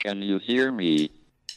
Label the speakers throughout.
Speaker 1: Can you hear me?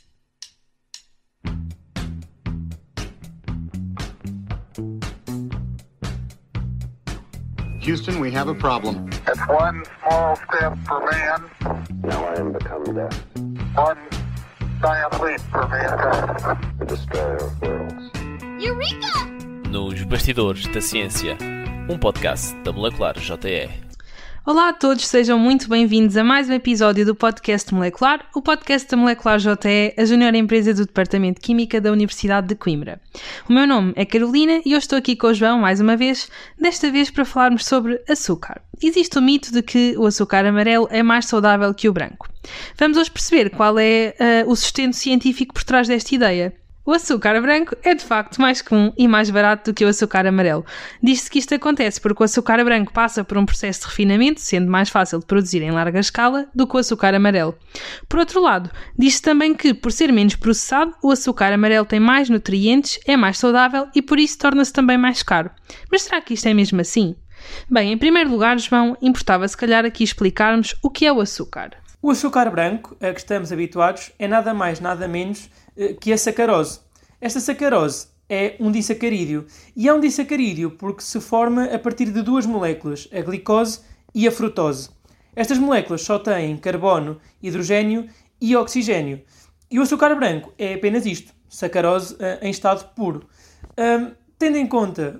Speaker 2: Houston, we have a problem.
Speaker 3: It's one small step for man.
Speaker 4: Now I am become death,
Speaker 3: One giant leap for mankind.
Speaker 4: the destroyer of worlds.
Speaker 5: Eureka!
Speaker 6: Nos Bastidores da Ciência, um podcast da Molecular JE.
Speaker 7: Olá a todos, sejam muito bem-vindos a mais um episódio do Podcast Molecular, o podcast da Molecular JE, a junior empresa do Departamento de Química da Universidade de Coimbra. O meu nome é Carolina e eu estou aqui com o João mais uma vez, desta vez para falarmos sobre açúcar. Existe o mito de que o açúcar amarelo é mais saudável que o branco. Vamos hoje perceber qual é o sustento científico por trás desta ideia. O açúcar branco é de facto mais comum e mais barato do que o açúcar amarelo. Diz-se que isto acontece porque o açúcar branco passa por um processo de refinamento, sendo mais fácil de produzir em larga escala do que o açúcar amarelo. Por outro lado, diz-se também que, por ser menos processado, o açúcar amarelo tem mais nutrientes, é mais saudável e por isso torna-se também mais caro. Mas será que isto é mesmo assim? Bem, em primeiro lugar, João, importava se calhar aqui explicarmos o que é o açúcar.
Speaker 8: O açúcar branco, a que estamos habituados, é nada mais, nada menos que a sacarose. Esta sacarose é um disacarídeo, e é um disacarídeo porque se forma a partir de duas moléculas, a glicose e a frutose. Estas moléculas só têm carbono, hidrogênio e oxigênio. E o açúcar branco é apenas isto, sacarose em estado puro. Tendo em conta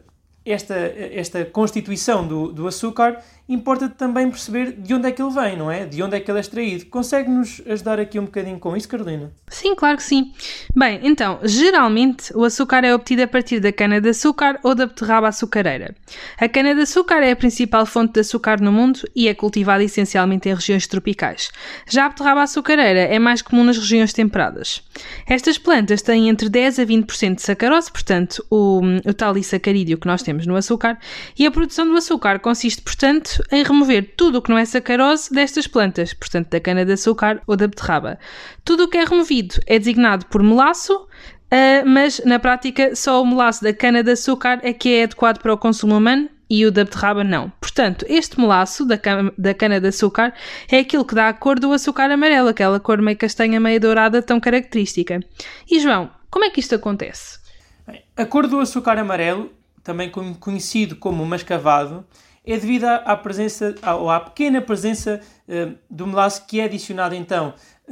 Speaker 8: esta constituição do açúcar, importa também perceber de onde é que ele vem, não é? De onde é que ele é extraído. Consegue-nos ajudar aqui um bocadinho com isso, Carolina?
Speaker 7: Sim, claro que sim. Bem, então, geralmente o açúcar é obtido a partir da cana-de-açúcar ou da beterraba açucareira. A cana-de-açúcar é a principal fonte de açúcar no mundo e é cultivada essencialmente em regiões tropicais. Já a beterraba açucareira é mais comum nas regiões temperadas. Estas plantas têm entre 10 a 20% de sacarose, portanto, o tal disacarídeo que nós temos no açúcar, e a produção do açúcar consiste, portanto, em remover tudo o que não é sacarose destas plantas, portanto, da cana-de-açúcar ou da beterraba. Tudo o que é removido é designado por melaço, mas na prática só o melaço da cana-de-açúcar é que é adequado para o consumo humano e o da beterraba não. Portanto, este melaço da cana-de-açúcar é aquilo que dá a cor do açúcar amarelo, aquela cor meio castanha, meio dourada tão característica. E João, como é que isto acontece?
Speaker 8: A cor do açúcar amarelo, também conhecido como mascavado, é devido à pequena presença do melaço que é adicionado então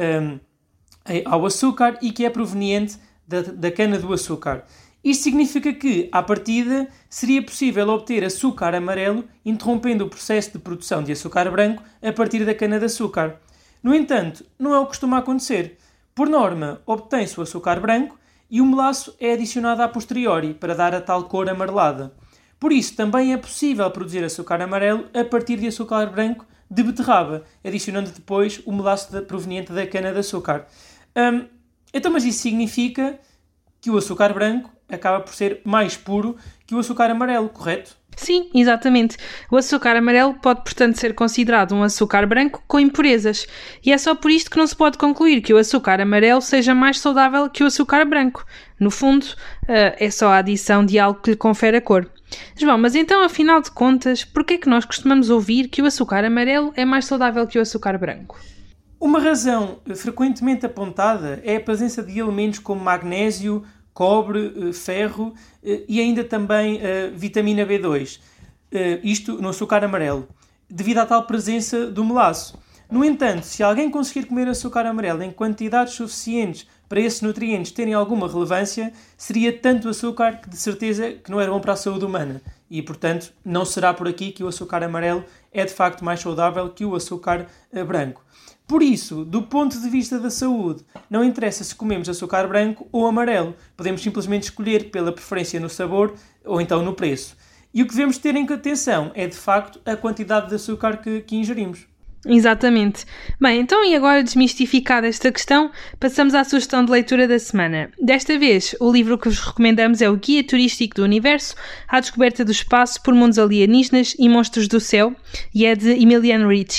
Speaker 8: ao açúcar e que é proveniente da cana do açúcar. Isto significa que, à partida, seria possível obter açúcar amarelo interrompendo o processo de produção de açúcar branco a partir da cana de açúcar. No entanto, não é o que costuma acontecer. Por norma, obtém-se o açúcar branco e o melaço é adicionado a posteriori para dar a tal cor amarelada. Por isso, também é possível produzir açúcar amarelo a partir de açúcar branco de beterraba, adicionando depois o melaço proveniente da cana-de-açúcar. Então, mas isso significa que o açúcar branco acaba por ser mais puro que o açúcar amarelo, correto?
Speaker 7: Sim, exatamente. O açúcar amarelo pode, portanto, ser considerado um açúcar branco com impurezas. E é só por isto que não se pode concluir que o açúcar amarelo seja mais saudável que o açúcar branco. No fundo, é só a adição de algo que lhe confere a cor. João, mas então, afinal de contas, por que é que nós costumamos ouvir que o açúcar amarelo é mais saudável que o açúcar branco?
Speaker 8: Uma razão frequentemente apontada é a presença de elementos como magnésio, cobre, ferro e ainda também vitamina B2, isto no açúcar amarelo, devido à tal presença do melaço. No entanto, se alguém conseguir comer açúcar amarelo em quantidades suficientes para esses nutrientes terem alguma relevância, seria tanto açúcar que de certeza que não era bom para a saúde humana. E, portanto, não será por aqui que o açúcar amarelo é de facto mais saudável que o açúcar branco. Por isso, do ponto de vista da saúde, não interessa se comemos açúcar branco ou amarelo. Podemos simplesmente escolher pela preferência no sabor ou então no preço. E o que devemos ter em atenção é, de facto, a quantidade de açúcar que ingerimos.
Speaker 7: Exatamente. Bem, então e agora desmistificada esta questão, passamos à sugestão de leitura da semana. Desta vez, o livro que vos recomendamos é o Guia Turístico do Universo, à descoberta do espaço por mundos alienígenas e monstros do céu, e é de Emiliano Ricci.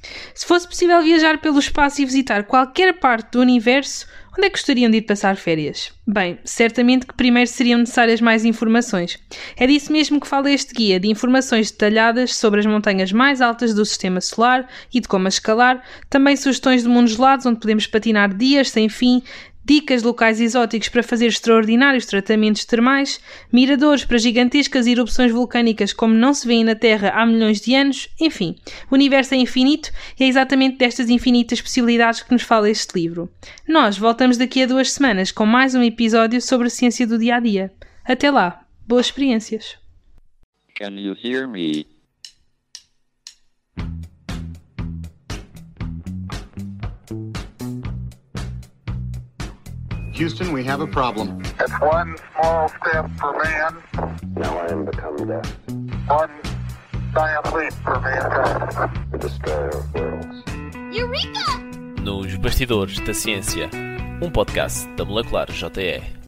Speaker 7: Se fosse possível viajar pelo espaço e visitar qualquer parte do universo, onde é que gostariam de ir passar férias? Bem, certamente que primeiro seriam necessárias mais informações. É disso mesmo que fala este guia, de informações detalhadas sobre as montanhas mais altas do Sistema Solar e de como as escalar, também sugestões de mundos gelados onde podemos patinar dias sem fim, dicas de locais exóticos para fazer extraordinários tratamentos termais, miradores para gigantescas erupções vulcânicas como não se vêem na Terra há milhões de anos, enfim, o universo é infinito e é exatamente destas infinitas possibilidades que nos fala este livro. Nós voltamos daqui a 2 semanas com mais um episódio sobre a ciência do dia-a-dia. Até lá, boas experiências!
Speaker 1: Can you hear me?
Speaker 2: Houston, we have a problem.
Speaker 3: It's one small step for man,
Speaker 4: Now I am become death,
Speaker 3: one giant leap for mankind.
Speaker 4: the destroyer of worlds.
Speaker 6: Nos Bastidores da Ciência, um podcast da Molecular JE.